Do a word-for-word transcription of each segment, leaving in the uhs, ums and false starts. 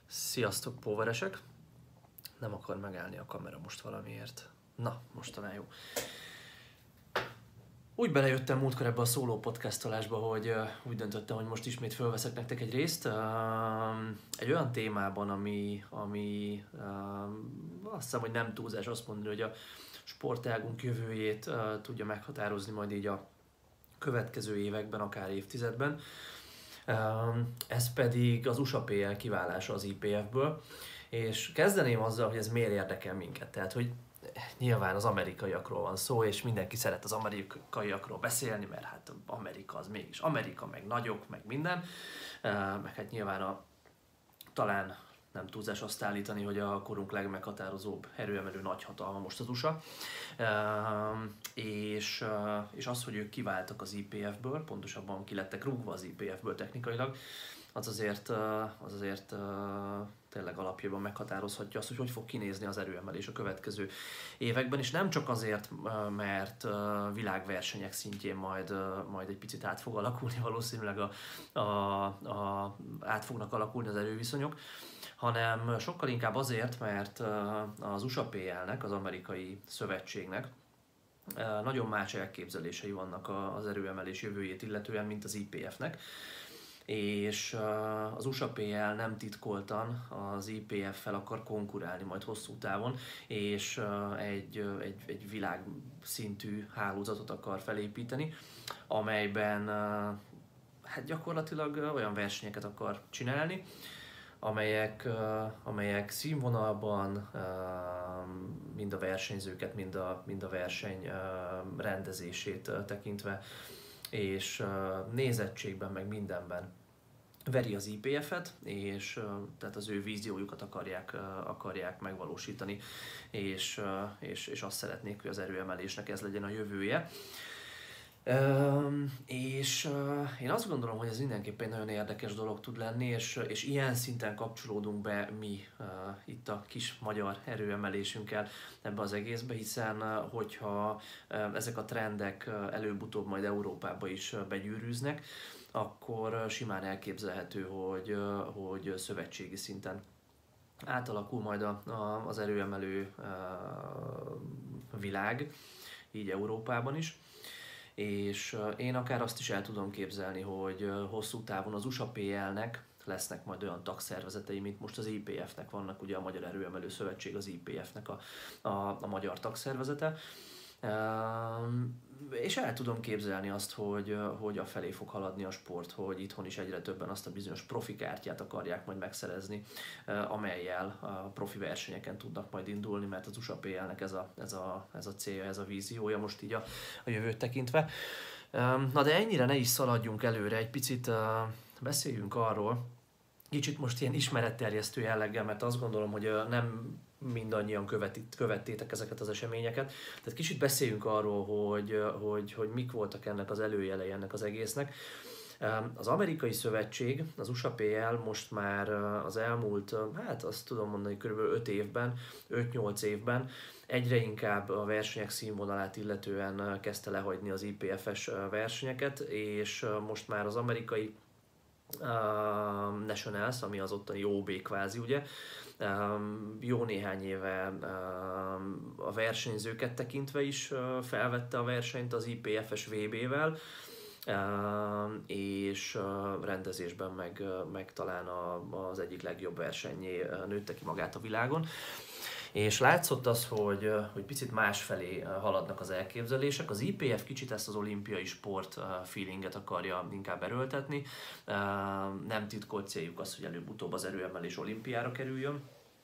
Sziasztok, póveresek! Nem akar megállni a kamera most valamiért. Na, most talán jó. Úgy belejöttem múltkor ebbe a szóló podcastolásba, hogy uh, úgy döntöttem, hogy most ismét fölveszek nektek egy részt. Uh, egy olyan témában, ami, ami uh, azt hiszem, hogy nem túlzás azt mondani, hogy a sportágunk jövőjét uh, tudja meghatározni majd így a következő években, akár évtizedben. Uh, ez pedig az u es á pé el kiválása az i pé ef-ből. És kezdeném azzal, hogy ez miért érdekel minket. Tehát, hogy nyilván az amerikaiakról van szó, és mindenki szeret az amerikaiakról beszélni, mert hát Amerika az mégis Amerika, meg nagyok, meg minden. Meg hát nyilván a, talán nem túlzás azt állítani, hogy a korunk legmeghatározóbb erőemelő nagyhatalma most az u es á. És, és az, hogy ők kiváltak az i pé ef-ből, pontosabban ki lettek rúgva az i pé ef-ből technikailag, az azért, az azért tényleg alapjában meghatározhatja azt, hogy hogy fog kinézni az erőemelés a következő években, és nem csak azért, mert világversenyek szintjén majd, majd egy picit át fog alakulni valószínűleg a, a, a, át fognak alakulni az erőviszonyok, hanem sokkal inkább azért, mert az u es á pé el-nek, az amerikai szövetségnek nagyon más elképzelései vannak az erőemelés jövőjét illetően, mint az i pé ef-nek. És az u es á pé el nem titkoltan az i pé ef-fel akar konkurálni majd hosszú távon, és egy, egy, egy világszintű hálózatot akar felépíteni, amelyben hát gyakorlatilag olyan versenyeket akar csinálni, amelyek, amelyek színvonalban mind a versenyzőket, mind a, mind a verseny rendezését tekintve, és nézettségben, meg mindenben veri az i pé ef-et, és tehát az ő víziójukat akarják, akarják megvalósítani, és, és, és azt szeretnék, hogy az erőemelésnek ez legyen a jövője. Uh, és uh, én azt gondolom, hogy ez mindenképpen nagyon érdekes dolog tud lenni, és, és ilyen szinten kapcsolódunk be mi uh, itt a kis magyar erőemelésünkkel ebbe az egészbe, hiszen uh, hogyha uh, ezek a trendek uh, előbb-utóbb majd Európába is uh, begyűrűznek, akkor uh, simán elképzelhető, hogy, uh, hogy szövetségi szinten átalakul majd a, a, az erőemelő uh, világ, így Európában is. És én akár azt is el tudom képzelni, hogy hosszú távon az u es á pé el-nek lesznek majd olyan tagszervezetei, mint most az i pé ef-nek vannak, ugye a Magyar Erőemelő Szövetség az i pé ef-nek a, a, a magyar tagszervezete. És el tudom képzelni azt, hogy, hogy afelé fog haladni a sport, hogy itthon is egyre többen azt a bizonyos profi kártyát akarják majd megszerezni, amellyel a profi versenyeken tudnak majd indulni, mert az u es á pé el-nek ez a, ez a, ez a célja, ez a víziója most így a, a jövőt tekintve. Na de ennyire ne is szaladjunk előre, egy picit beszéljünk arról, kicsit most ilyen ismeretterjesztő jelleggel, mert azt gondolom, hogy nem mindannyian követít, követtétek ezeket az eseményeket. Tehát kicsit beszéljünk arról, hogy, hogy, hogy mik voltak ennek az előjelei ennek az egésznek. Az amerikai szövetség, az u es á pé el most már az elmúlt, hát azt tudom mondani, kb. öt évben, öt-nyolc évben egyre inkább a versenyek színvonalát illetően kezdte lehagyni az i pé ef-es versenyeket, és most már az amerikai Uh, Nationals, ami az ottani o bé kvázi, ugye, um, jó néhány éve um, a versenyzőket tekintve is uh, felvette a versenyt az i pé ef-es vé bé-vel, um, és uh, rendezésben meg, uh, meg talán a, az egyik legjobb versennyé uh, nőtte ki magát a világon. És látszott az, hogy, hogy picit másfelé haladnak az elképzelések. Az i pé ef kicsit ezt az olimpiai sport feelinget akarja inkább erőltetni. Nem titkolt céljuk az, hogy előbb-utóbb az erőemelés olimpiára kerüljön.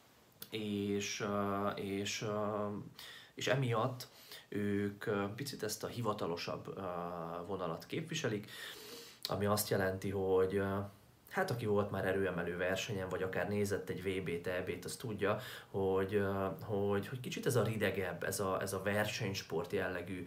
És, és, és emiatt ők picit ezt a hivatalosabb vonalat képviselik, ami azt jelenti, hogy hát aki volt már erőemelő versenyen, vagy akár nézett egy vé bét, é bét, az tudja, hogy, hogy, hogy kicsit ez a ridegebb, ez a, ez a versenysport jellegű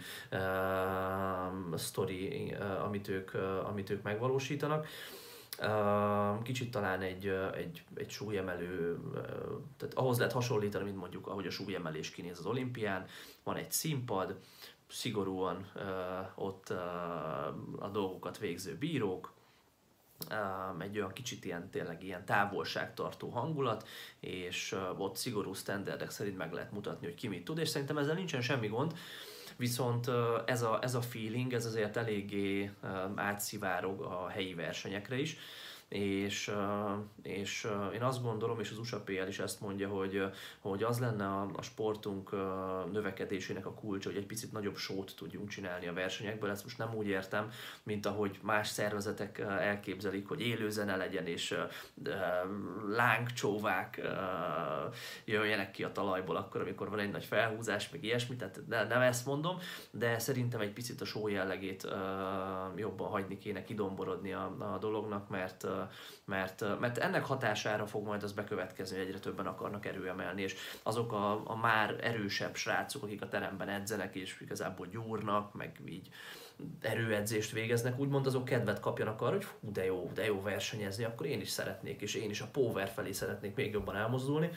uh, sztori, uh, amit, ők, uh, amit ők megvalósítanak. Uh, kicsit talán egy, egy, egy súlyemelő, uh, tehát ahhoz lehet hasonlítani, mint mondjuk, ahogy a súlyemelés kinéz az olimpián, van egy színpad, szigorúan uh, ott uh, a dolgokat végző bírók, egy olyan kicsit ilyen, tényleg ilyen távolságtartó hangulat, és ott szigorú sztenderdek szerint meg lehet mutatni, hogy ki mit tud, és szerintem ezzel nincsen semmi gond, viszont ez a, ez a feeling, ez azért eléggé átszivárog a helyi versenyekre is, és, és én azt gondolom, és az u es á pé el is ezt mondja, hogy, hogy az lenne a, a sportunk növekedésének a kulcsa, hogy egy picit nagyobb sót tudjunk csinálni a versenyekből. Ezt most nem úgy értem, mint ahogy más szervezetek elképzelik, hogy élőzene legyen, és lángcsóvák jöjjenek ki a talajból akkor, amikor van egy nagy felhúzás, meg ilyesmi, tehát nem ezt mondom, de szerintem egy picit a show jellegét jobban hagyni kéne kidomborodni a, a dolognak, mert Mert, mert ennek hatására fog majd az bekövetkezni, hogy egyre többen akarnak erőemelni, és azok a, a már erősebb srácok, akik a teremben edzenek, és igazából gyúrnak, meg így erőedzést végeznek, úgymond azok kedvet kapjanak arra, hogy hú, de jó, de jó versenyezni, akkor én is szeretnék, és én is a power felé szeretnék még jobban elmozdulni.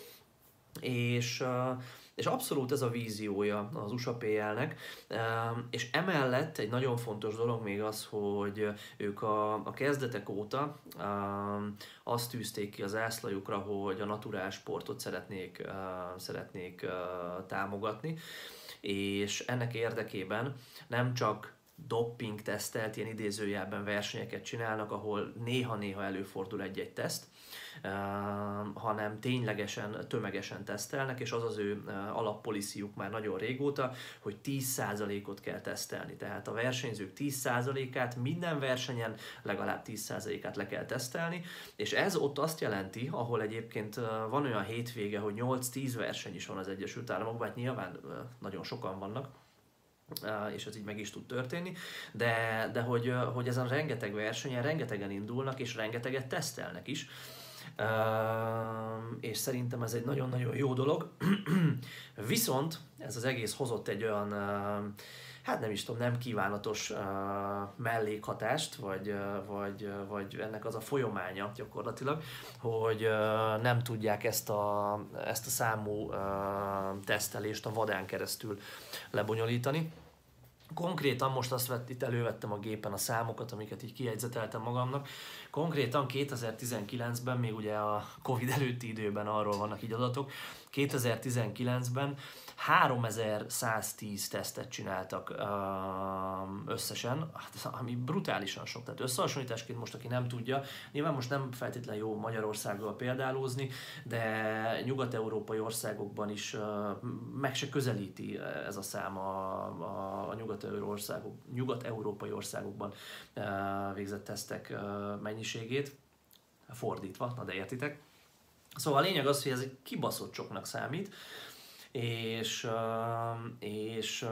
És, és abszolút ez a víziója az u es á pé el-nek, és emellett egy nagyon fontos dolog még az, hogy ők a, a kezdetek óta azt tűzték ki az zászlajukra, hogy a naturál sportot szeretnék, szeretnék támogatni, és ennek érdekében nem csak dopping tesztelt, ilyen idézőjelben versenyeket csinálnak, ahol néha-néha előfordul egy-egy teszt, Uh, hanem ténylegesen, tömegesen tesztelnek, és az az ő uh, alappoliciuk már nagyon régóta, hogy tíz százalékot kell tesztelni. Tehát a versenyzők tíz százalékát minden versenyen legalább tíz százalékát le kell tesztelni, és ez ott azt jelenti, ahol egyébként uh, van olyan hétvége, hogy nyolc-tíz verseny is van az Egyesült Államokban, hát nyilván uh, nagyon sokan vannak, Uh, és ez így meg is tud történni, de, de hogy, uh, hogy ezen rengeteg versenyen rengetegen indulnak, és rengeteget tesztelnek is, uh, és szerintem ez egy nagyon-nagyon jó dolog. Viszont ez az egész hozott egy olyan, uh, hát nem is tudom, nem kívánatos uh, mellékhatást, vagy, uh, vagy, uh, vagy ennek az a folyamánya gyakorlatilag, hogy uh, nem tudják ezt a, ezt a számú uh, tesztelést a vadán keresztül lebonyolítani. Konkrétan most azt vett, itt elővettem a gépen a számokat, amiket így kijegyzeteltem magamnak. Konkrétan kétezer-tizenkilencben, még ugye a Covid előtti időben arról vannak így adatok, kétezer-tizenkilencben háromezer-száztíz tesztet csináltak összesen, ami brutálisan sok. Tehát összehasonlításként most, aki nem tudja, nyilván most nem feltétlenül jó Magyarországgal példálózni, de nyugat-európai országokban is meg se közelíti ez a szám a, a, a nyugat-európai nyugat országokban végzett tesztek mennyiségét, fordítva, na de értitek. Szóval a lényeg az, hogy ez egy kibaszott soknak számít, és, és,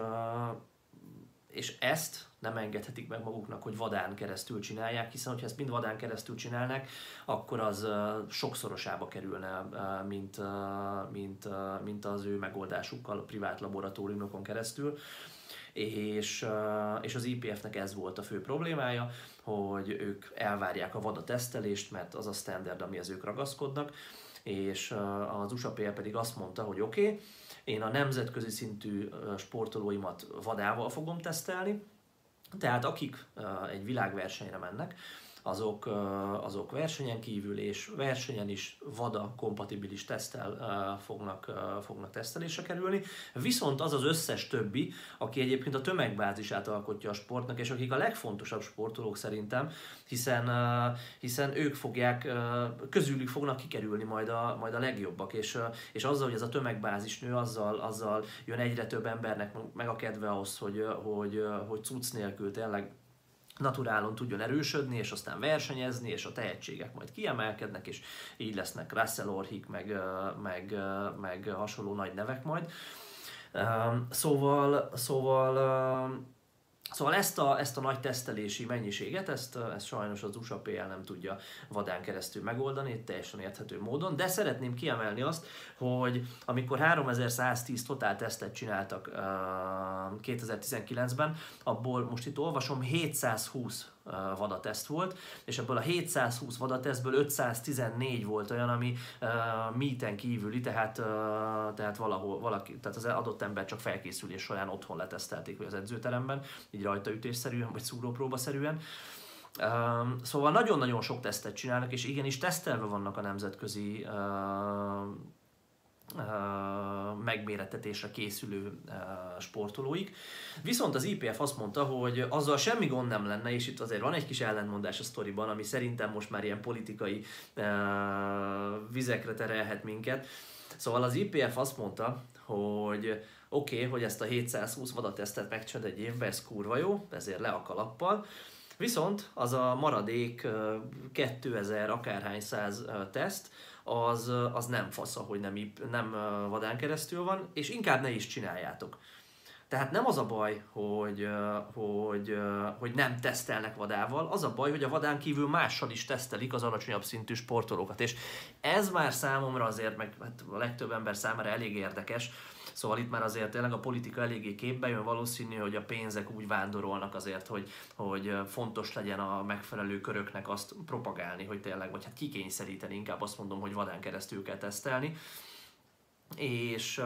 és ezt nem engedhetik meg maguknak, hogy vadán keresztül csinálják, hiszen hogyha ezt mind vadán keresztül csinálnak, akkor az sokszorosába kerülne, mint, mint, mint az ő megoldásukkal a privát laboratóriumokon keresztül. És, és az i pé ef-nek ez volt a fő problémája, hogy ők elvárják a vada tesztelést, mert az a standard, amihez ők ragaszkodnak, és az u es á pé el pedig azt mondta, hogy oké, okay, én a nemzetközi szintű sportolóimat vadával fogom tesztelni, tehát akik egy világversenyre mennek, azok, azok versenyen kívül és versenyen is vada kompatibilis teszttel fognak, fognak tesztelésre kerülni. Viszont az az összes többi, aki egyébként a tömegbázisát alkotja a sportnak, és akik a legfontosabb sportolók szerintem, hiszen, hiszen ők fogják, közülük fognak kikerülni majd a, majd a legjobbak, és, és azzal, hogy ez a tömegbázis nő, azzal, azzal jön egyre több embernek meg a kedve ahhoz, hogy, hogy, hogy cucc nélkül tényleg naturálon tudjon erősödni, és aztán versenyezni, és a tehetségek majd kiemelkednek, és így lesznek Russell Orhik, meg, meg, meg hasonló nagy nevek majd. Szóval, szóval, szóval ezt, a, ezt a nagy tesztelési mennyiséget, ezt, ezt sajnos az u es á pé el nem tudja vadán keresztül megoldani, teljesen érthető módon, de szeretném kiemelni azt, hogy amikor háromezer-száztíz totál tesztet csináltak uh, kétezer-tizenkilencben, abból most itt olvasom hétszázhúsz uh, vadateszt volt, és ebből a hétszázhúsz vadatesztből ötszáztizennégy volt olyan, ami uh, meeten kívüli, tehát, uh, tehát valahol, valaki, tehát az adott ember csak felkészülés során otthon letesztelték, vagy az edzőteremben, így rajtaütésszerűen, vagy szúrópróbaszerűen. Szóval nagyon-nagyon sok tesztet csinálnak, és igenis tesztelve vannak a nemzetközi megmérettetésre készülő sportolóik. Viszont az i pé ef azt mondta, hogy azzal semmi gond nem lenne, és itt azért van egy kis ellentmondás a sztoriban, ami szerintem most már ilyen politikai vizekre terelhet minket. Szóval az i pé ef azt mondta, hogy oké, okay, hogy ezt a hétszázhúsz vadatesztet megcsinálod egy évben, ez kurva jó, ezért le a kalappal. Viszont az a maradék kétezer akárhány száz teszt, az, az nem fasza, hogy nem, nem vadán keresztül van, és inkább ne is csináljátok. Tehát nem az a baj, hogy, hogy, hogy nem tesztelnek vadával, az a baj, hogy a vadán kívül mással is tesztelik az alacsonyabb szintű sportolókat. És ez már számomra azért, meg hát a legtöbb ember számára elég érdekes, szóval itt már azért tényleg a politika eléggé képbe jön, valószínű, hogy a pénzek úgy vándorolnak azért, hogy, hogy fontos legyen a megfelelő köröknek azt propagálni, hogy tényleg, vagy hát kikényszeríteni, inkább azt mondom, hogy vadán keresztül kell tesztelni. És...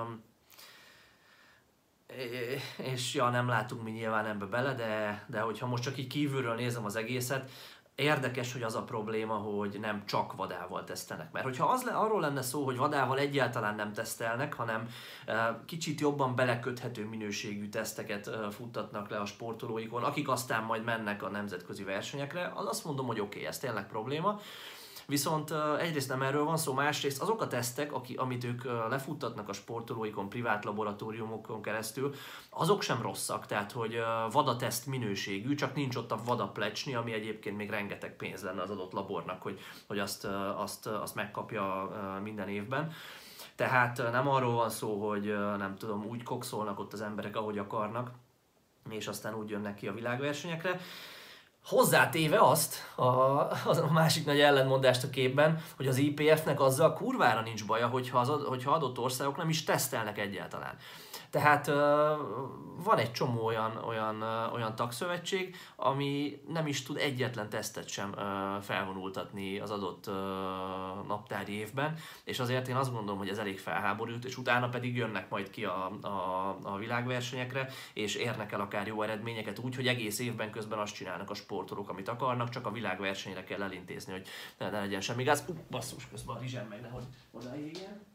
és ja, nem látunk mi nyilván ebbe bele, de, de hogyha most csak így kívülről nézem az egészet, érdekes, hogy az a probléma, hogy nem csak vadával tesztelnek. Mert hogyha az le, arról lenne szó, hogy vadával egyáltalán nem tesztelnek, hanem e, kicsit jobban beleköthető minőségű teszteket e, futtatnak le a sportolóikon, akik aztán majd mennek a nemzetközi versenyekre, az azt mondom, hogy oké, okay, ez tényleg probléma. Viszont uh, egyrészt nem erről van szó, másrészt azok a tesztek, aki, amit ők uh, lefuttatnak a sportolóikon, privát laboratóriumokon keresztül, azok sem rosszak, tehát hogy uh, vadateszt minőségű, csak nincs ott a vadaplecsni, ami egyébként még rengeteg pénz lenne az adott labornak, hogy, hogy azt, uh, azt, uh, azt megkapja uh, minden évben. Tehát uh, nem arról van szó, hogy uh, nem tudom, úgy kokszolnak ott az emberek, ahogy akarnak, és aztán úgy jönnek ki a világversenyekre. Hozzátéve azt, a, az a másik nagy ellentmondást a képben, hogy az i pé ef-nek azzal kurvára nincs baja, hogyha, az, hogyha adott országok nem is tesztelnek egyáltalán. Tehát uh, van egy csomó olyan, olyan, uh, olyan tagszövetség, ami nem is tud egyetlen tesztet sem uh, felvonultatni az adott uh, naptári évben, és azért én azt gondolom, hogy ez elég felháborult, és utána pedig jönnek majd ki a, a, a világversenyekre, és érnek el akár jó eredményeket úgy, hogy egész évben közben azt csinálnak a sportolók, amit akarnak, csak a világversenyre kell elintézni, hogy ne, ne legyen semmi gáz. Uh, basszus, közben a rizsem meg nehogy odaégjen.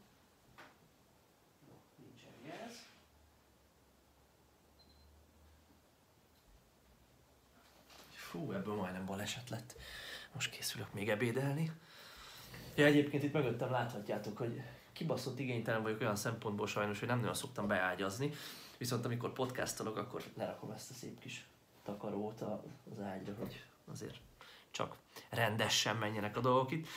Fú, ebből majdnem baleset lett. Most készülök még ebédelni. Ja, egyébként itt mögöttem láthatjátok, hogy kibaszott igénytelen vagyok olyan szempontból sajnos, hogy nem nagyon szoktam beágyazni. Viszont amikor podcastolok, akkor lerakom ezt a szép kis takarót az ágyra, hogy azért csak rendesen menjenek a dolgok itt.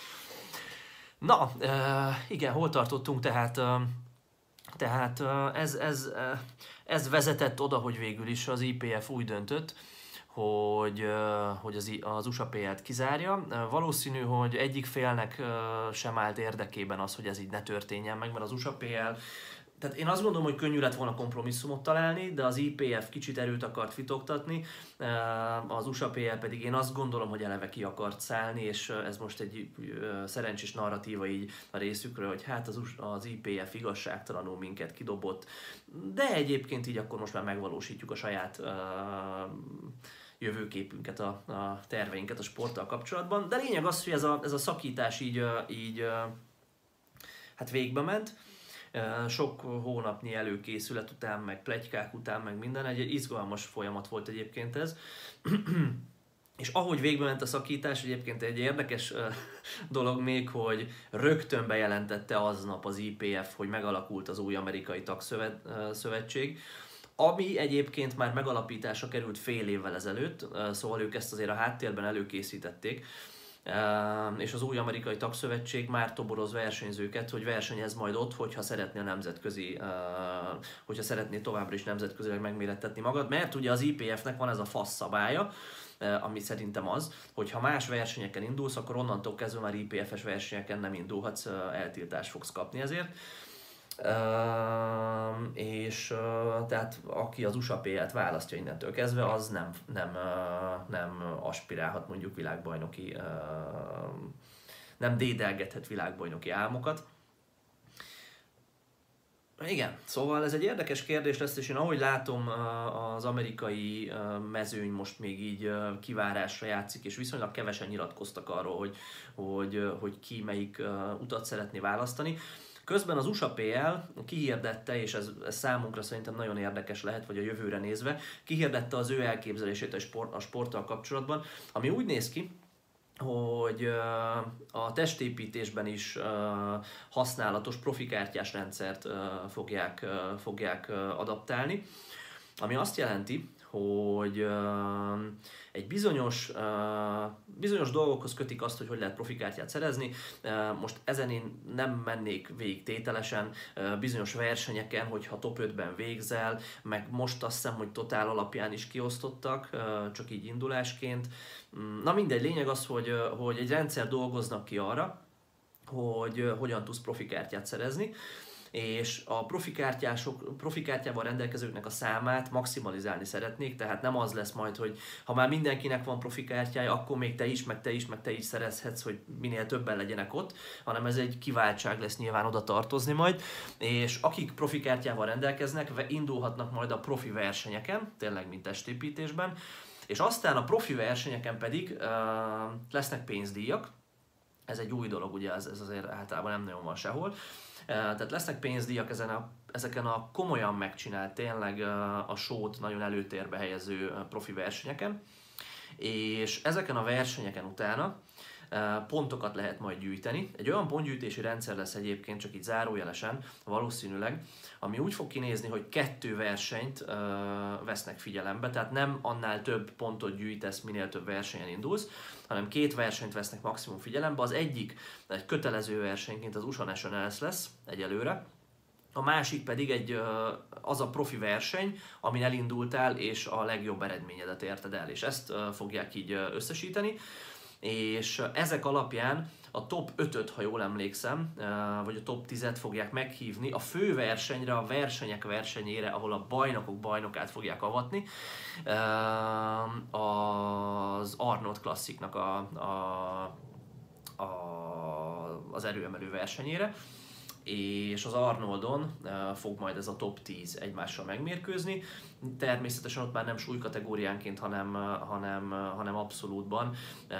Na, igen, hol tartottunk, tehát... Tehát ez, ez, ez vezetett oda, hogy végül is az i pé ef úgy döntött, hogy, hogy az, az u es á pé el-t kizárja. Valószínű, hogy egyik félnek sem állt érdekében az, hogy ez így ne történjen meg, mert az u es á pé el, tehát én azt gondolom, hogy könnyű lett volna kompromisszumot találni, de az i pé ef kicsit erőt akart fitoktatni, az u es á pé el pedig én azt gondolom, hogy eleve ki akart szállni, és ez most egy szerencsés narratíva így a részükről, hogy hát az, az i pé ef igazságtalanul minket kidobott, de egyébként így akkor most már megvalósítjuk a saját uh, jövőképünket, a, a terveinket a sporttal kapcsolatban. De lényeg az, hogy ez a, ez a szakítás így, így hát végbe ment. Sok hónapnyi előkészület után, meg pletykák után, meg minden, egy izgalmas folyamat volt egyébként ez. És ahogy végbe ment a szakítás, egyébként egy érdekes dolog még, hogy rögtön bejelentette aznap az i pé ef, hogy megalakult az új amerikai tagszövetség, ami egyébként már megalapításra került fél évvel ezelőtt, szóval ők ezt azért a háttérben előkészítették, és az új amerikai tagszövetség már toboroz versenyzőket, hogy versenyez majd ott, hogyha szeretné a nemzetközi, hogyha szeretné továbbra is nemzetközileg megmérettetni magad, mert ugye az i pé ef-nek van ez a fasz szabálya, ami szerintem az, hogy ha más versenyeken indulsz, akkor onnantól kezdve már i pé ef-es versenyeken nem indulhatsz, eltiltást fogsz kapni ezért. Uh, és uh, tehát aki az u es á pé el-t választja innentől kezdve, az nem, nem, uh, nem aspirálhat mondjuk világbajnoki, uh, nem dédelgethet világbajnoki álmokat. Igen, szóval ez egy érdekes kérdés lesz, és én ahogy látom, az amerikai mezőny most még így kivárásra játszik, és viszonylag kevesen nyilatkoztak arról, hogy, hogy, hogy ki melyik utat szeretné választani. Közben az u es á pé el kihirdette, és ez, ez számunkra szerintem nagyon érdekes lehet, vagy a jövőre nézve, kihirdette az ő elképzelését a, sport, a sporttal kapcsolatban, ami úgy néz ki, hogy a testépítésben is használatos profikártyás rendszert fogják, fogják adaptálni, ami azt jelenti, hogy egy bizonyos, bizonyos dolgokhoz kötik azt, hogy hogy lehet profikártyát szerezni. Most ezen én nem mennék végig tételesen, bizonyos versenyeken, hogyha top ötben végzel, meg most azt hiszem, hogy totál alapján is kiosztottak, csak így indulásként. Na mindegy, lényeg az, hogy, hogy egy rendszer dolgoznak ki arra, hogy hogyan tudsz profikártyát szerezni, és a profikártyások, profikártyával rendelkezőknek a számát maximalizálni szeretnék, tehát nem az lesz majd, hogy ha már mindenkinek van profikártyája, akkor még te is, meg te is, meg te is szerezhetsz, hogy minél többen legyenek ott, hanem ez egy kiváltság lesz nyilván oda tartozni majd, és akik profikártyával rendelkeznek, indulhatnak majd a profi versenyeken, tényleg mint testépítésben, és aztán a profi versenyeken pedig uh, lesznek pénzdíjak. Ez egy új dolog, ugye ez, ez azért általában nem nagyon van sehol. Tehát lesznek pénzdíjak ezen a, ezeken a komolyan megcsinált, tényleg a sót nagyon előtérbe helyező profi versenyeken, és ezeken a versenyeken utána pontokat lehet majd gyűjteni. Egy olyan pontgyűjtési rendszer lesz egyébként, csak így zárójelesen, valószínűleg, ami úgy fog kinézni, hogy kettő versenyt uh, vesznek figyelembe, tehát nem annál több pontot gyűjtesz, minél több versenyen indulsz, hanem két versenyt vesznek maximum figyelembe. Az egyik egy kötelező versenyként az u es á Nationals lesz egyelőre, a másik pedig egy, az a profi verseny, amin elindultál, és a legjobb eredményedet érted el, és ezt fogják így összesíteni. És ezek alapján a top ötöt, ha jól emlékszem, vagy a top tízet fogják meghívni a fő versenyre, a versenyek versenyére, ahol a bajnokok bajnokát fogják avatni, az Arnold Classicnak a, a, a, az erőemelő versenyére, és az Arnoldon fog majd ez a top tíz egymással megmérkőzni. Természetesen ott már nem súlykategóriánként, hanem, hanem, hanem abszolútban.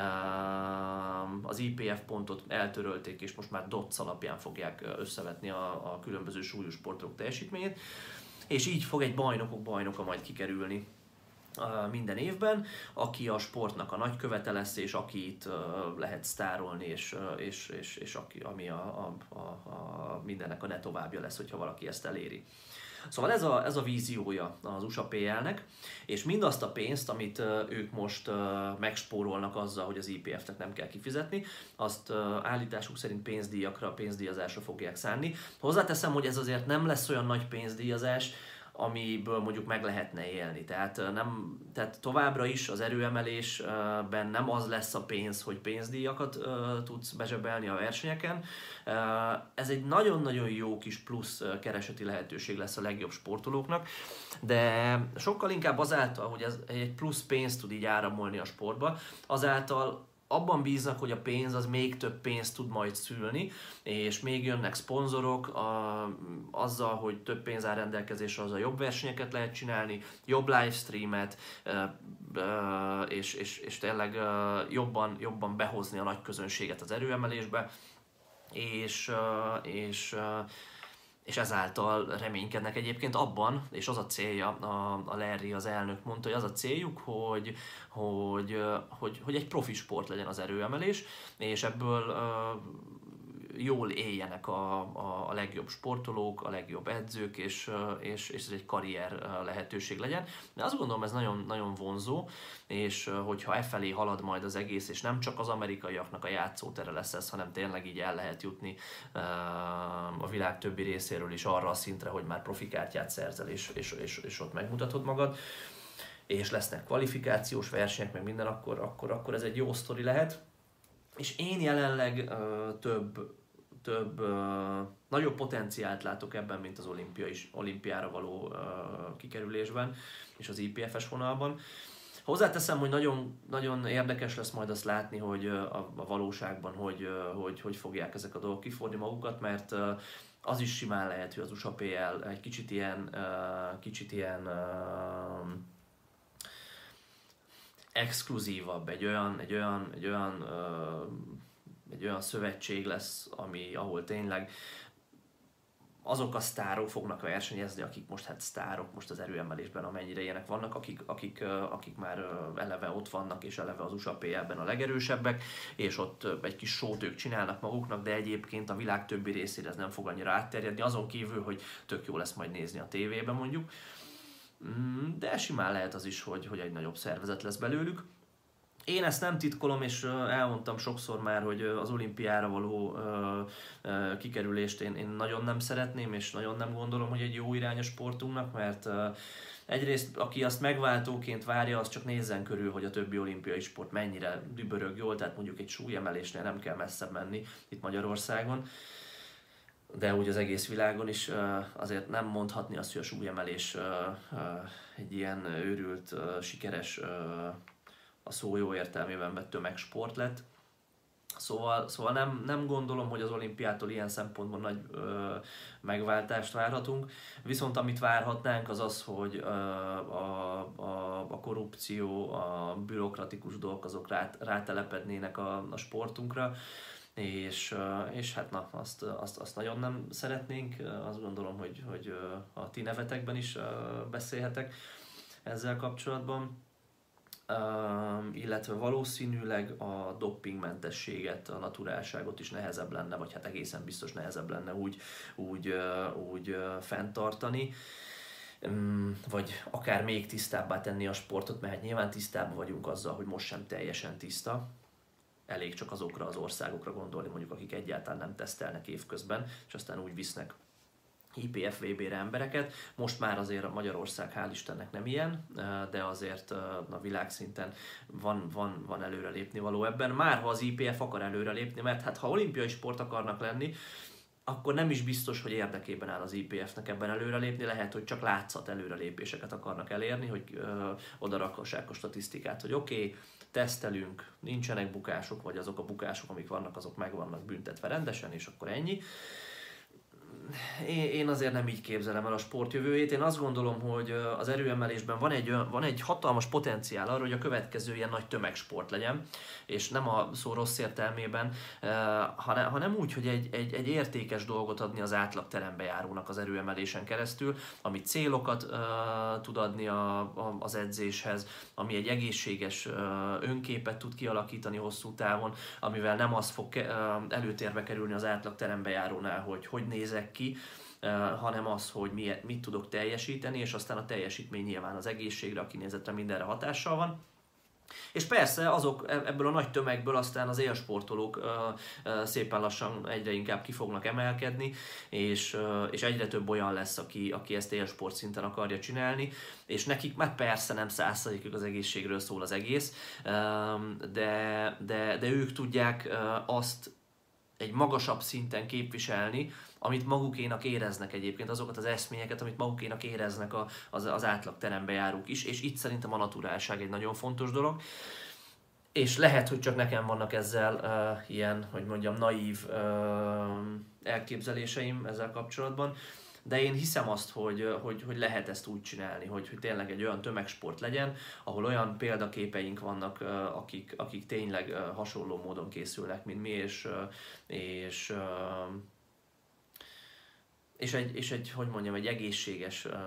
Az i pé ef pontot eltörölték, és most már dé o té alapján fogják összevetni a, a különböző súlyos sportok teljesítményét, és így fog egy bajnokok bajnoka majd kikerülni minden évben, aki a sportnak a nagykövete lesz, és akit lehet sztárolni, és, és, és, és aki, ami a, a, a, a mindennek a ne továbbja lesz, hogyha valaki ezt eléri. Szóval ez a, ez a víziója az u es á pé el-nek, és mindazt a pénzt, amit ők most megspórolnak azzal, hogy az i pé ef-nek nem kell kifizetni, azt állításuk szerint pénzdíjakra, pénzdíjazásra fogják szánni. Hozzáteszem, hogy ez azért nem lesz olyan nagy pénzdíjazás, amiből mondjuk meg lehetne élni. Tehát, nem, tehát továbbra is az erőemelésben nem az lesz a pénz, hogy pénzdíjakat uh, tudsz bezsebelni a versenyeken. Uh, ez egy nagyon-nagyon jó kis plusz kereseti lehetőség lesz a legjobb sportolóknak, de sokkal inkább azáltal, hogy ez egy plusz pénzt tud így áramolni a sportba, azáltal abban bíznak, hogy a pénz az még több pénzt tud majd szülni, és még jönnek szponzorok, a, azzal, hogy több pénz áll rendelkezésre, azzal jobb versenyeket lehet csinálni, jobb livestreamet, és, és, és tényleg jobban, jobban behozni a nagy közönséget az erőemelésbe, és, és és ezáltal reménykednek egyébként abban, és az a célja, a, a Larry, az elnök mondta, hogy az a céljuk, hogy, hogy, hogy, hogy egy profi sport legyen az erőemelés, és ebből uh, jól éljenek a, a, a legjobb sportolók, a legjobb edzők, és, és, és ez egy karrier lehetőség legyen. De azt gondolom, ez nagyon, nagyon vonzó, és hogyha e felé halad majd az egész, és nem csak az amerikaiaknak a játszótere lesz ez, hanem tényleg így el lehet jutni a világ többi részéről is arra a szintre, hogy már profikártyát szerzel, és, és, és, és ott megmutatod magad, és lesznek kvalifikációs versenyek, meg minden, akkor, akkor, akkor ez egy jó sztori lehet. És én jelenleg uh, több, több uh, nagyobb potenciált látok ebben, mint az olimpia is, olimpiára való uh, kikerülésben, és az i pé ef-es vonalban. Hozzáteszem, hogy nagyon, nagyon érdekes lesz majd azt látni, hogy a, a valóságban hogy, hogy, hogy fogják ezek a dolgok kifordni magukat, mert az is simán lehet, hogy az u es á pé el egy kicsit ilyen, kicsit ilyen exkluzívabb, egy olyan, egy olyan, egy olyan, egy olyan szövetség lesz, ami, ahol tényleg azok a sztárok fognak versenyezni, akik most hát sztárok most az erőemelésben, amennyire ilyenek vannak, akik, akik, akik már eleve ott vannak, és eleve az u es á pé elben a legerősebbek, és ott egy kis sót ők csinálnak maguknak, de egyébként a világ többi részére ez nem fog annyira átterjedni, azon kívül, hogy tök jó lesz majd nézni a tévében mondjuk. De simán lehet az is, hogy, hogy egy nagyobb szervezet lesz belőlük. Én ezt nem titkolom, és elmondtam sokszor már, hogy az olimpiára való kikerülést én, én nagyon nem szeretném, és nagyon nem gondolom, hogy egy jó irány a sportunknak, mert egyrészt aki azt megváltóként várja, az csak nézzen körül, hogy a többi olimpiai sport mennyire dübörög jól, tehát mondjuk egy súlyemelésnél nem kell messzebb menni itt Magyarországon, de úgy az egész világon is azért nem mondhatni azt, hogy a súlyemelés egy ilyen őrült, sikeres, a szó jó értelmében vett tömegsport lett. Szóval, szóval nem, nem gondolom, hogy az olimpiától ilyen szempontból nagy ö, megváltást várhatunk. Viszont amit várhatnánk az az, hogy ö, a, a, a korrupció, a bürokratikus dolgok azok rát, rátelepednének a, a sportunkra. És, és hát na, azt, azt, azt nagyon nem szeretnénk. Azt gondolom, hogy, hogy a ti nevetekben is beszélhetek ezzel kapcsolatban. Uh, illetve valószínűleg a doppingmentességet, a naturálságot is nehezebb lenne, vagy hát egészen biztos nehezebb lenne úgy, úgy, uh, úgy uh, fenntartani, um, vagy akár még tisztábbá tenni a sportot, mert hát nyilván tisztában vagyunk azzal, hogy most sem teljesen tiszta. Elég csak azokra az országokra gondolni, mondjuk akik egyáltalán nem tesztelnek évközben, és aztán úgy visznek i pé ef vé bé-re embereket. Most már azért Magyarország hál' Istennek nem ilyen, de azért a világszinten van, van, van előrelépni való ebben. Már ha az i pé ef akar előrelépni, mert hát ha olimpiai sport akarnak lenni, akkor nem is biztos, hogy érdekében áll az i pé ef-nek ebben előrelépni, lehet, hogy csak látszat előrelépéseket akarnak elérni, hogy ö, oda rakassák a statisztikát, hogy oké, okay, tesztelünk, nincsenek bukások, vagy azok a bukások, amik vannak, azok meg vannak büntetve rendesen, és akkor ennyi. Én azért nem így képzelem el a sport jövőjét. Én azt gondolom, hogy az erőemelésben van egy, van egy hatalmas potenciál arra, hogy a következő ilyen nagy tömegsport legyen, és nem a szó rossz értelmében, hanem, hanem úgy, hogy egy, egy, egy értékes dolgot adni az átlag terembe járónak az erőemelésen keresztül, ami célokat uh, tud adni a, a, az edzéshez, ami egy egészséges uh, önképet tud kialakítani hosszú távon, amivel nem az fog uh, előtérbe kerülni az átlag terembe járónál, hogy hogy nézek ki, uh, hanem az, hogy mit, mit tudok teljesíteni, és aztán a teljesítmény nyilván az egészségre, a kinézetre, mindenre hatással van. És persze azok ebből a nagy tömegből aztán az élsportolók uh, uh, szépen lassan egyre inkább ki fognak emelkedni, és, uh, és egyre több olyan lesz, aki, aki ezt élsport szinten akarja csinálni, és nekik már persze nem száz százalékig az egészségről szól az egész, uh, de, de, de ők tudják uh, azt egy magasabb szinten képviselni, amit magukénak éreznek egyébként, azokat az eszményeket, amit magukénak éreznek a, az, az átlag terembe járók is, és itt szerintem a naturálság egy nagyon fontos dolog. És lehet, hogy csak nekem vannak ezzel uh, ilyen, hogy mondjam, naív uh, elképzeléseim ezzel kapcsolatban, de én hiszem azt, hogy, hogy, hogy lehet ezt úgy csinálni, hogy, hogy tényleg egy olyan tömegsport legyen, ahol olyan példaképeink vannak, uh, akik, akik tényleg uh, hasonló módon készülnek, mint mi, és, uh, és uh, És egy, és egy, hogy mondjam, egy egészséges uh,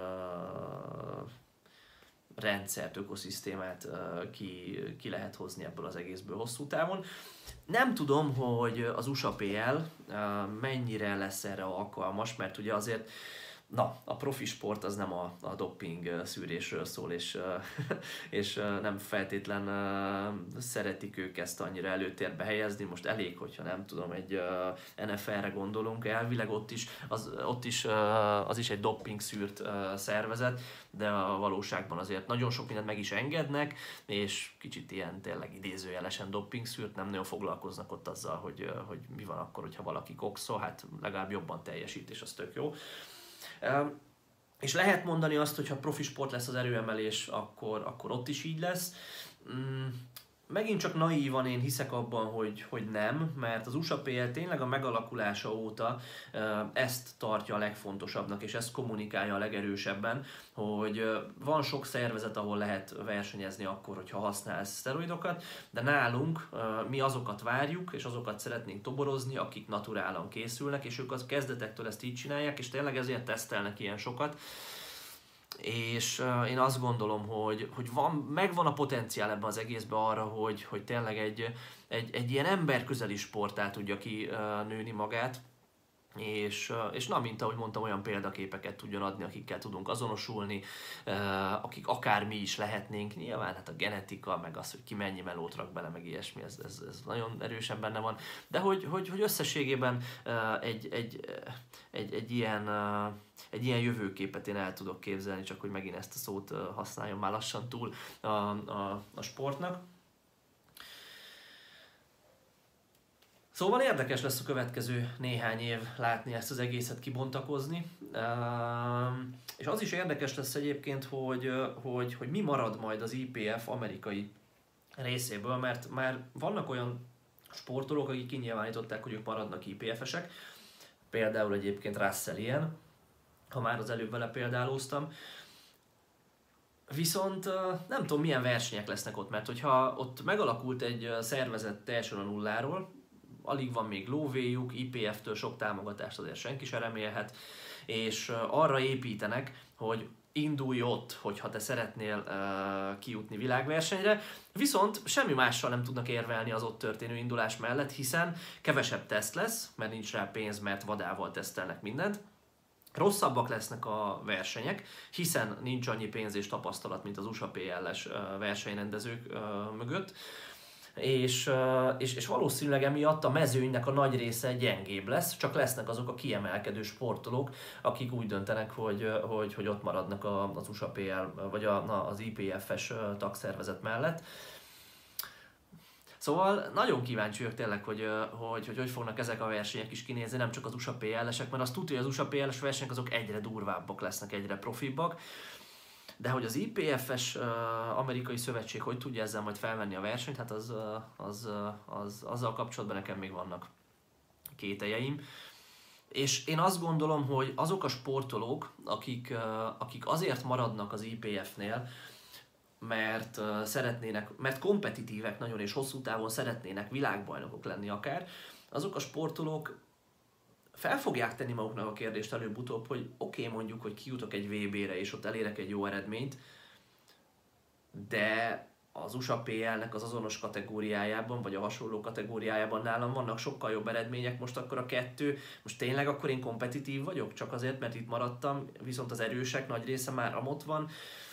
rendszert, ökoszisztémát uh, ki, ki lehet hozni ebből az egészből hosszú távon. Nem tudom, hogy az u es á pé el uh, mennyire lesz erre alkalmas, mert ugye azért na, a profi sport az nem a, a doping szűrésről szól, és, és nem feltétlen szeretik ők ezt annyira előtérbe helyezni. Most elég, hogyha nem tudom, egy en ef el-re gondolunk, elvileg ott is, az, ott is, az is egy doping szűrt szervezet, de a valóságban azért nagyon sok mindent meg is engednek, és kicsit ilyen tényleg idézőjelesen doping szűrt, nem nagyon foglalkoznak ott azzal, hogy, hogy mi van akkor, hogyha valaki kokszol, hát legalább jobban teljesít, és az tök jó. És lehet mondani azt, hogy ha profi sport lesz az erőemelés, akkor, akkor ott is így lesz. Mm, megint csak naívan én hiszek abban, hogy, hogy nem, mert az u es á pé el tényleg a megalakulása óta ezt tartja a legfontosabbnak, és ezt kommunikálja a legerősebben, hogy van sok szervezet, ahol lehet versenyezni akkor, hogyha használsz szteroidokat, de nálunk mi azokat várjuk, és azokat szeretnénk toborozni, akik naturálan készülnek, és ők az kezdetektől ezt így csinálják, és tényleg ezért tesztelnek ilyen sokat. És uh, én azt gondolom, hogy, hogy van, megvan a potenciál ebben az egészben arra, hogy, hogy tényleg egy, egy, egy ilyen emberközeli sporttá tudja kinőni uh, magát, és, uh, és na, mint ahogy mondtam, olyan példaképeket tudjon adni, akikkel tudunk azonosulni, uh, akik akár mi is lehetnénk. Nyilván hát a genetika, meg az, hogy ki mennyi melót rak bele, meg ilyesmi, ez, ez, ez nagyon erősen benne van. De hogy, hogy, hogy összességében uh, egy, egy, egy, egy ilyen... Uh, egy ilyen jövőképet én el tudok képzelni, csak hogy megint ezt a szót használjon már lassan túl a, a, a sportnak. Szóval érdekes lesz a következő néhány év látni ezt az egészet kibontakozni. És az is érdekes lesz egyébként, hogy, hogy, hogy mi marad majd az i pé ef amerikai részéből, mert már vannak olyan sportolók, akik kinyilvánították, hogy ők maradnak i pé ef-esek. Például egyébként Russell ilyen, ha már az előbb vele példálóztam. Viszont nem tudom, milyen versenyek lesznek ott, mert hogyha ott megalakult egy szervezet teljesen a nulláról, alig van még lóvéjuk, i pé ef-től sok támogatást azért senki sem remélhet, és arra építenek, hogy indulj ott, hogyha te szeretnél uh, kijutni világversenyre, viszont semmi mással nem tudnak érvelni az ott történő indulás mellett, hiszen kevesebb teszt lesz, mert nincs rá pénz, mert vadával tesztelnek mindent, rosszabbak lesznek a versenyek, hiszen nincs annyi pénz és tapasztalat, mint az u es á pé el-es versenyrendezők mögött, és, és, és valószínűleg emiatt a mezőnynek a nagy része gyengébb lesz, csak lesznek azok a kiemelkedő sportolók, akik úgy döntenek, hogy, hogy, hogy ott maradnak az u es á pé el vagy a, na, az i pé ef-es tagszervezet mellett. Szóval nagyon kíváncsi vagyok tényleg, hogy hogy, hogy hogy fognak ezek a versenyek is kinézni, nem csak az u es á pé el-esek, mert azt tudja, hogy az u es á pé el-es versenyek azok egyre durvábbak lesznek, egyre profibbak. De hogy az i pé ef-es uh, amerikai szövetség hogy tudja ezzel majd felvenni a versenyt, hát az, uh, az, uh, az, azzal kapcsolatban nekem még vannak kételjeim. És én azt gondolom, hogy azok a sportolók, akik, uh, akik azért maradnak az i pé ef-nél, mert uh, szeretnének, mert kompetitívek nagyon és hosszú távon szeretnének világbajnokok lenni akár, azok a sportolók fel fogják tenni maguknak a kérdést előbb-utóbb, hogy oké, okay, mondjuk, hogy kijutok egy vé bé-re és ott elérek egy jó eredményt, de az u es á pé el-nek az azonos kategóriájában, vagy a hasonló kategóriájában nálam vannak sokkal jobb eredmények, most akkor a kettő, most tényleg akkor én kompetitív vagyok, csak azért, mert itt maradtam, viszont az erősek nagy része már amott van.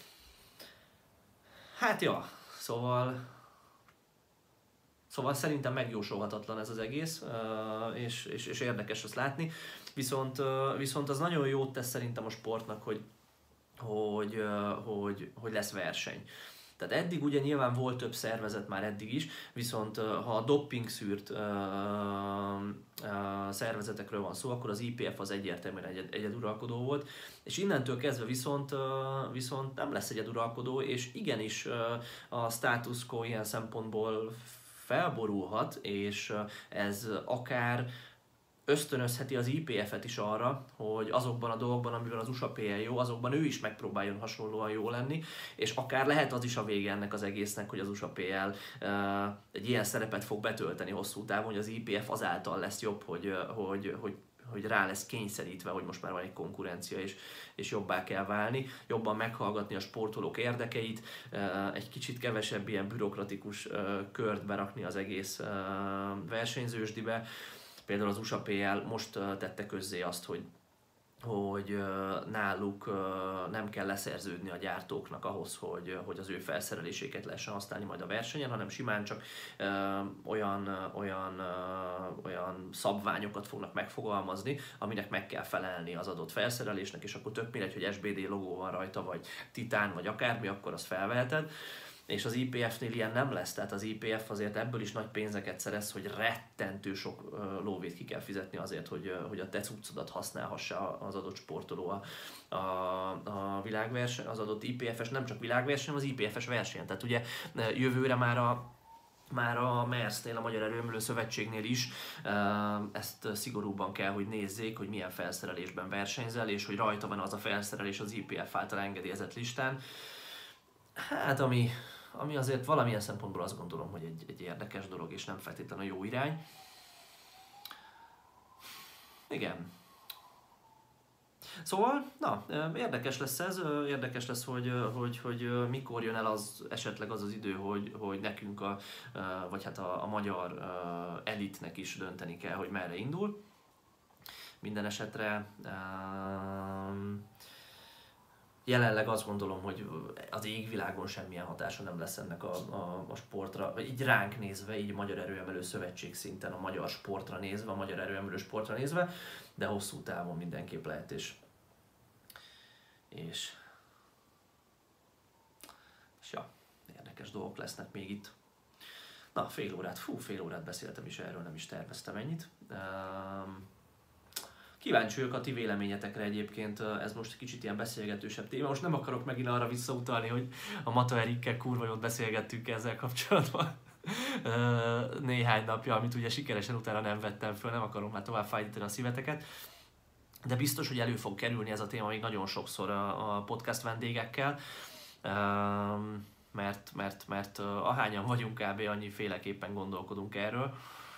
Hát ja, szóval... Szóval szerintem megjósolhatatlan ez az egész, és, és, és érdekes azt látni. Viszont, viszont az nagyon jót tesz szerintem a sportnak, hogy, hogy, hogy, hogy lesz verseny. Tehát eddig ugye nyilván volt több szervezet már eddig is, viszont ha a dopping szűrt uh, uh, szervezetekről van szó, akkor az i pé ef az egyértelműen egy, egyeduralkodó volt, és innentől kezdve viszont, uh, viszont nem lesz egyeduralkodó, és igenis uh, a status quo ilyen szempontból felborulhat, és ez akár ösztönözheti az i pé ef-et is arra, hogy azokban a dolgokban, amiben az u es á pé el jó, azokban ő is megpróbáljon hasonlóan jó lenni, és akár lehet az is a vége ennek az egésznek, hogy az u es á pé el uh, egy ilyen szerepet fog betölteni hosszú távon, hogy az i pé ef azáltal lesz jobb, hogy, hogy, hogy hogy rá lesz kényszerítve, hogy most már van egy konkurencia, és, és jobbá kell válni, jobban meghallgatni a sportolók érdekeit, egy kicsit kevesebb ilyen bürokratikus kört berakni az egész versenyzősdibe. Például az u es á pé el most tette közzé azt, hogy hogy náluk nem kell leszerződni a gyártóknak ahhoz, hogy, hogy az ő felszereléséket lehessen használni majd a versenyen, hanem simán csak olyan, olyan, olyan szabványokat fognak megfogalmazni, aminek meg kell felelni az adott felszerelésnek, és akkor tök mindegy, hogy es bé dé logó van rajta, vagy titán, vagy akármi, akkor azt felveheted. és az i pé ef-nél ilyen nem lesz, tehát az i pé ef azért ebből is nagy pénzeket szerez, hogy rettentő sok lóvét ki kell fizetni azért, hogy, hogy a te cuccodat használhassa az adott sportoló a, a, a világverseny, az adott i pé ef-es, nem csak világverseny, az i pé ef-es versenyen. Tehát ugye jövőre már a már a MERS-nél, a Magyar Erőemelő Szövetségnél is ezt szigorúbban kell, hogy nézzék, hogy milyen felszerelésben versenyzel, és hogy rajta van az a felszerelés az i pé ef által engedélyezett listán. Hát ami, ami azért valamilyen szempontból azt gondolom, hogy egy, egy érdekes dolog, és nem feltétlenül a jó irány. Igen. Szóval, na, érdekes lesz ez, érdekes lesz, hogy, hogy, hogy mikor jön el az esetleg az az idő, hogy, hogy nekünk, a, vagy hát a, a magyar elitnek is dönteni kell, hogy merre indul. Minden esetre jelenleg azt gondolom, hogy az égvilágon semmilyen hatása nem lesz ennek a, a, a sportra, vagy így ránk nézve, így a Magyar Erőemelő Szövetség szinten, a magyar sportra nézve, a magyar erőemelő sportra nézve, de hosszú távon mindenképp lehet, és, és, és ja, érdekes dolgok lesznek még itt. Na, fél órát, fú, fél órát beszéltem is erről, nem is terveztem ennyit. Um, Kíváncsi vagyok a ti véleményetekre egyébként, ez most egy kicsit ilyen beszélgetősebb téma. Most nem akarok megint arra visszautalni, hogy a Mata Erikkel kurva jót beszélgettünk ezzel kapcsolatban néhány napja, amit ugye sikeresen utána nem vettem föl, nem akarom már tovább fájdítani a szíveteket. De biztos, hogy elő fog kerülni ez a téma még nagyon sokszor a, a podcast vendégekkel, mert, mert, mert ahányan vagyunk, kb. Annyi féleképpen gondolkodunk erről.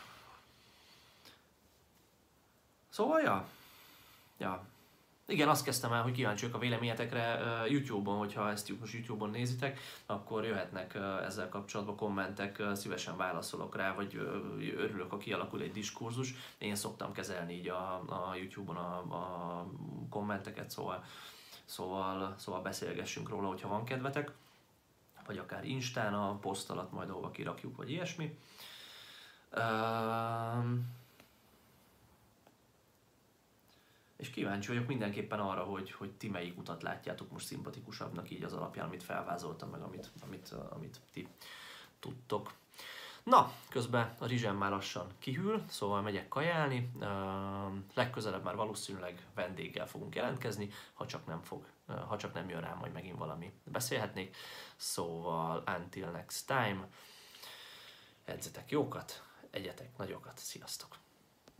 Szóval, ja. ja. Igen, azt kezdtem el, hogy kíváncsi vagyok a véleményetekre YouTube-on, hogyha ezt most YouTube-on nézitek, akkor jöhetnek ezzel kapcsolatban kommentek, szívesen válaszolok rá, vagy örülök, ha kialakul egy diskurzus. Én szoktam kezelni így a, a YouTube-on a, a kommenteket, szóval, szóval, szóval beszélgessünk róla, hogyha van kedvetek, vagy akár Instán a poszt alatt majd ahova kirakjuk, vagy ilyesmi. Um, És kíváncsi vagyok mindenképpen arra, hogy, hogy ti melyik utat látjátok most szimpatikusabbnak így az alapján, amit felvázoltam, meg amit, amit, amit ti tudtok. Na, közben a rizsem már lassan kihűl, szóval megyek kajálni. Uh, legközelebb már valószínűleg vendéggel fogunk jelentkezni, ha csak nem fog, uh, ha csak nem jön rám, majd megint valami beszélhetnék. Szóval until next time, edzetek jókat, egyetek nagyokat, sziasztok!